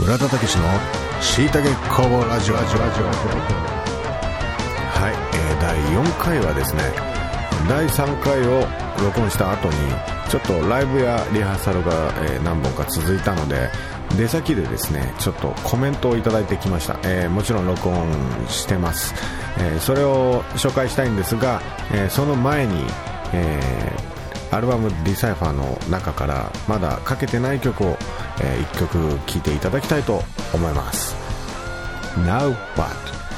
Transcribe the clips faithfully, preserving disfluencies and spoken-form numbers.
村田武のしいたけ工房ラジオ。はい、えー、だいよんかいはですね、だいさんかいを録音した後にちょっとライブやリハーサルが、えー、何本か続いたので、出先でですねちょっとコメントをいただいてきました。えー、もちろん録音してます。えー、それを紹介したいんですが、えー、その前に、えー、アルバムディサイファーの中からまだかけてない曲を、えー、いっきょく聴いていただきたいと思います。 Now What。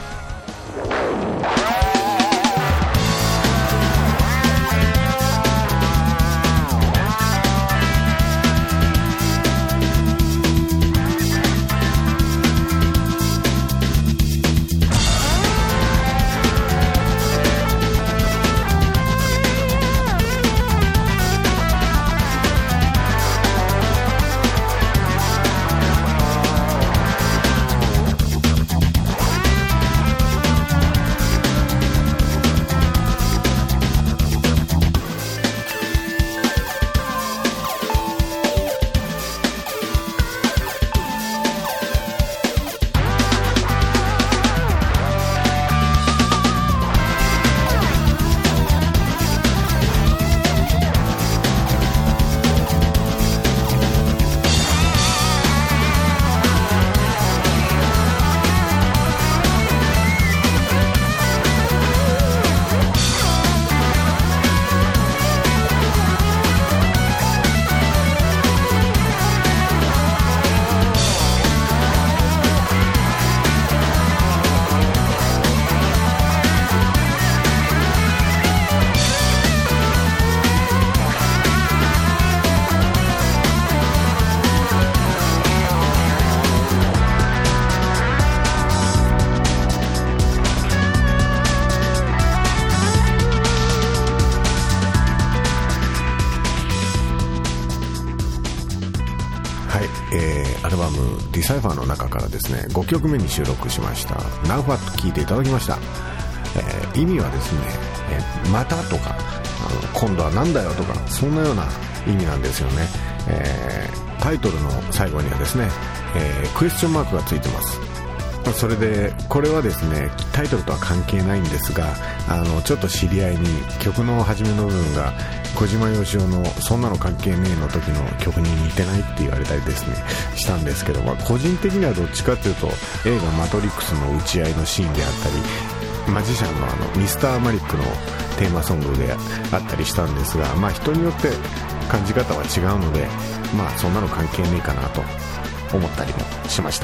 アルバムディサイファーの中からですねごきょくめに収録しました Now What 聴いていただきました。えー、意味はですね、えー、またとかあの今度はなんだよとかそんなような意味なんですよね。えー、タイトルの最後にはですね、えー、クエスチョンマークがついてます。それでこれはですねタイトルとは関係ないんですが、あのちょっと知り合いに曲の初めの部分が小島よしおのそんなの関係ねえの時の曲に似てないって言われたりですねしたんですけど、まあ、個人的にはどっちかというと映画マトリックスの打ち合いのシーンであったりマジシャンのあのミスターマリックのテーマソングであったりしたんですが、まあ人によって感じ方は違うので、まあそんなの関係ねえかなと思ったりもしました。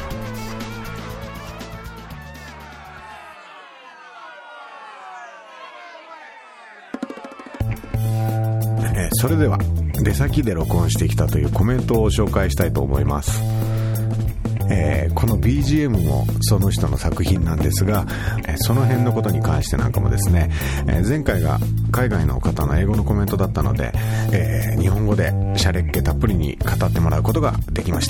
それでは出先で録音してきたというコメントを紹介したいと思います。えー、この ビージーエム もその人の作品なんですが、えー、その辺のことに関してなんかもですね、えー、前回が海外の方の英語のコメントだったので、えー、日本語でシャレっ気たっぷりに語ってもらうことができました。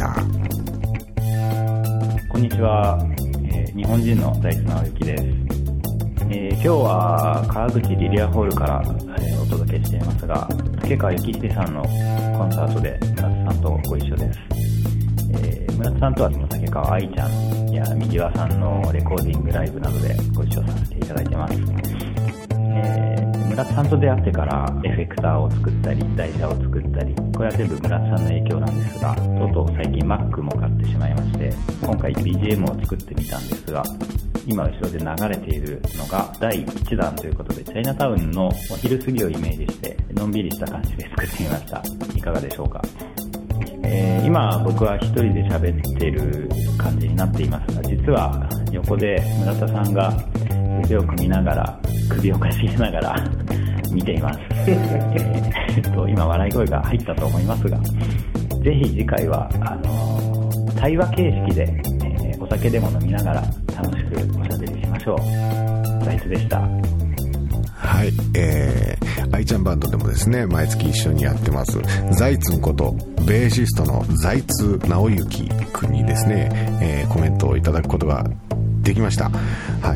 こんにちは、えー、日本人の大津直之です。えー、今日は川口リリアホールから、えー、お届けしていますが、竹川幸秀さんのコンサートで村田さんとご一緒です。えー、村田さんとは竹川愛ちゃんや右輪さんのレコーディングライブなどでご一緒させていただいてます。えー、村田さんと出会ってからエフェクターを作ったり台車を作ったり、これは全部村田さんの影響なんですが、とうとう最近 Mac も買ってしまいまして、今回 ビージーエム を作ってみたんですが、今後ろで流れているのがだいいちだんということで、チャイナタウンのお昼過ぎをイメージしてのんびりした感じで作ってみました。いかがでしょうか。えー、今僕は一人で喋っている感じになっていますが、実は横で村田さんが腕を組みながら首をかしげながら見ています。えー、っと今笑い声が入ったと思いますが、ぜひ次回はあのー、対話形式で、えー、お酒でも飲みながら楽しくおしゃべりしましょう。財津でした。 はい、えー、愛ちゃんバンドでもですね毎月一緒にやってます財津んことベーシストの財津直之くんにですね、えー、コメントをいただくことができました。はい、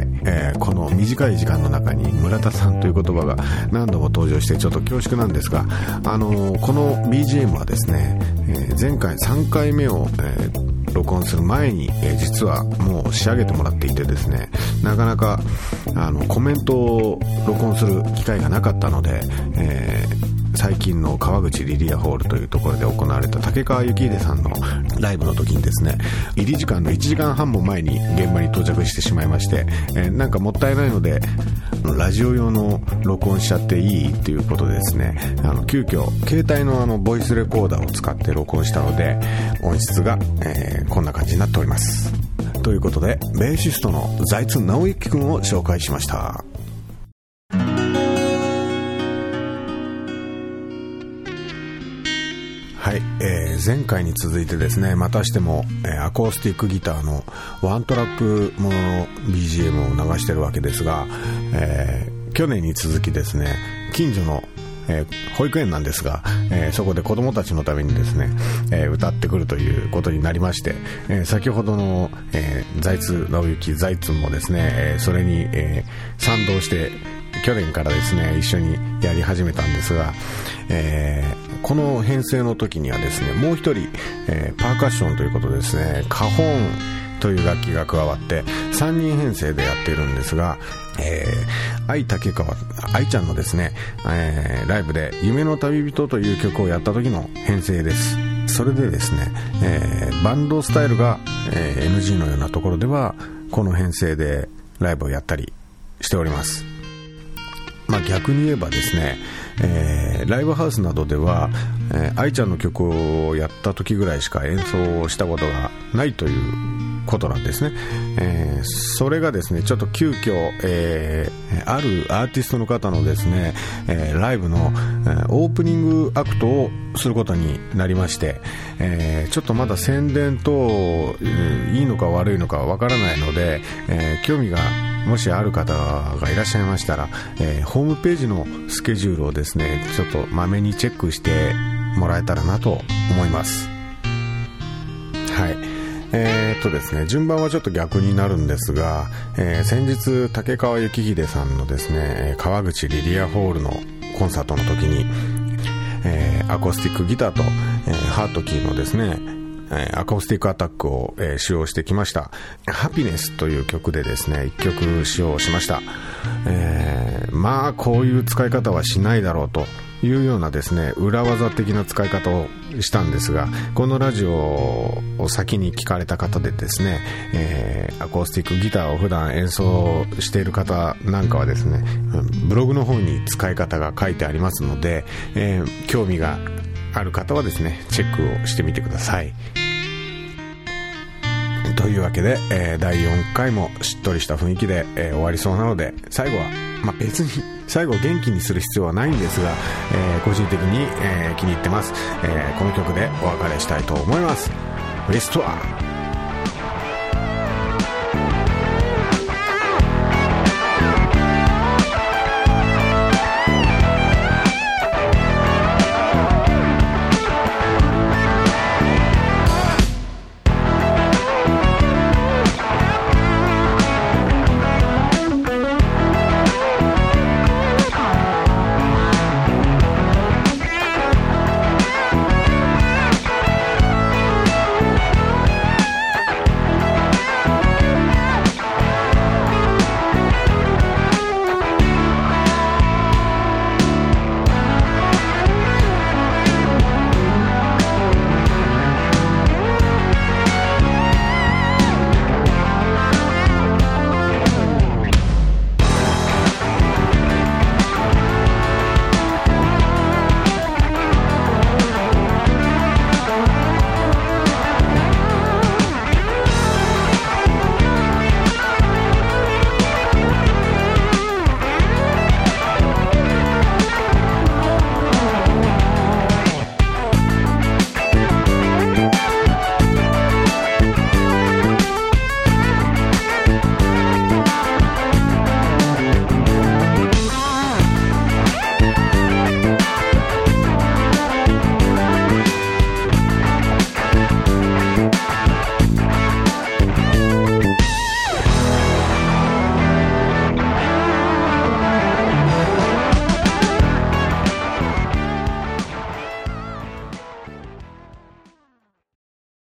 えー、この短い時間の中に村田さんという言葉が何度も登場してちょっと恐縮なんですが、あのー、この ビージーエム はですね、えー、前回さんかいめを、えー録音する前に、えー、実はもう仕上げてもらっていてですね、なかなかあのコメントを録音する機会がなかったので、えー最近の川口リリアホールというところで行われた竹川幸秀さんのライブの時にですね、入り時間のいちじかんはんも前に現場に到着してしまいまして、えー、なんかもったいないのでラジオ用の録音しちゃっていいっていうことでですね、あの急遽携帯のあのボイスレコーダーを使って録音したので音質が、えー、こんな感じになっております。ということでベーシストの財津直之くんを紹介しました。はい、えー、前回に続いてですね、またしても、えー、アコースティックギターのワントラックものの ビージーエム を流してるわけですが、えー、去年に続きですね、近所の、えー、保育園なんですが、えー、そこで子どもたちのためにですね、えー、歌ってくるということになりまして、えー、先ほどの、えー、財津直之財津もですね、えー、それに、えー、賛同して去年からですね一緒にやり始めたんですが、えー、この編成の時にはですねもう一人、えー、パーカッションということでですねカホーンという楽器が加わってさんにん編成でやっているんですが、えー、愛竹川愛ちゃんのですね、えー、ライブで夢の旅人という曲をやった時の編成です。それでですね、えー、バンドスタイルが、えー、エヌジー のようなところではこの編成でライブをやったりしております。まあ、逆に言えばですね、えー、ライブハウスなどでは、えー、愛ちゃんの曲をやった時ぐらいしか演奏をしたことがないということなんですね。えー、それがですねちょっと急遽、えー、あるアーティストの方のですね、えー、ライブの、えー、オープニングアクトをすることになりまして、えー、ちょっとまだ宣伝等、えー、いいのか悪いのかわからないので、えー、興味がもしある方がいらっしゃいましたら、えー、ホームページのスケジュールをですねちょっとまめにチェックしてもらえたらなと思います。はい、えー、っとですね順番はちょっと逆になるんですが、えー、先日竹川幸秀さんのですね川口リリアホールのコンサートの時に、えー、アコースティックギターと、えー、ハートキーのですねアコースティックアタックを、えー、使用してきました。ハピネスという曲でですねいっきょく使用しました。えー、まあこういう使い方はしないだろうというようなですね裏技的な使い方をしたんですが、このラジオを先に聞かれた方でですね、えー、アコースティックギターを普段演奏している方なんかはですねブログの方に使い方が書いてありますので、えー、興味がある方はですねチェックをしてみてください。というわけで、えー、だいよんかいもしっとりした雰囲気で、えー、終わりそうなので最後は、まあ、別に最後元気にする必要はないんですが、えー、個人的に、えー、気に入ってます、えー、この曲でお別れしたいと思います。リストア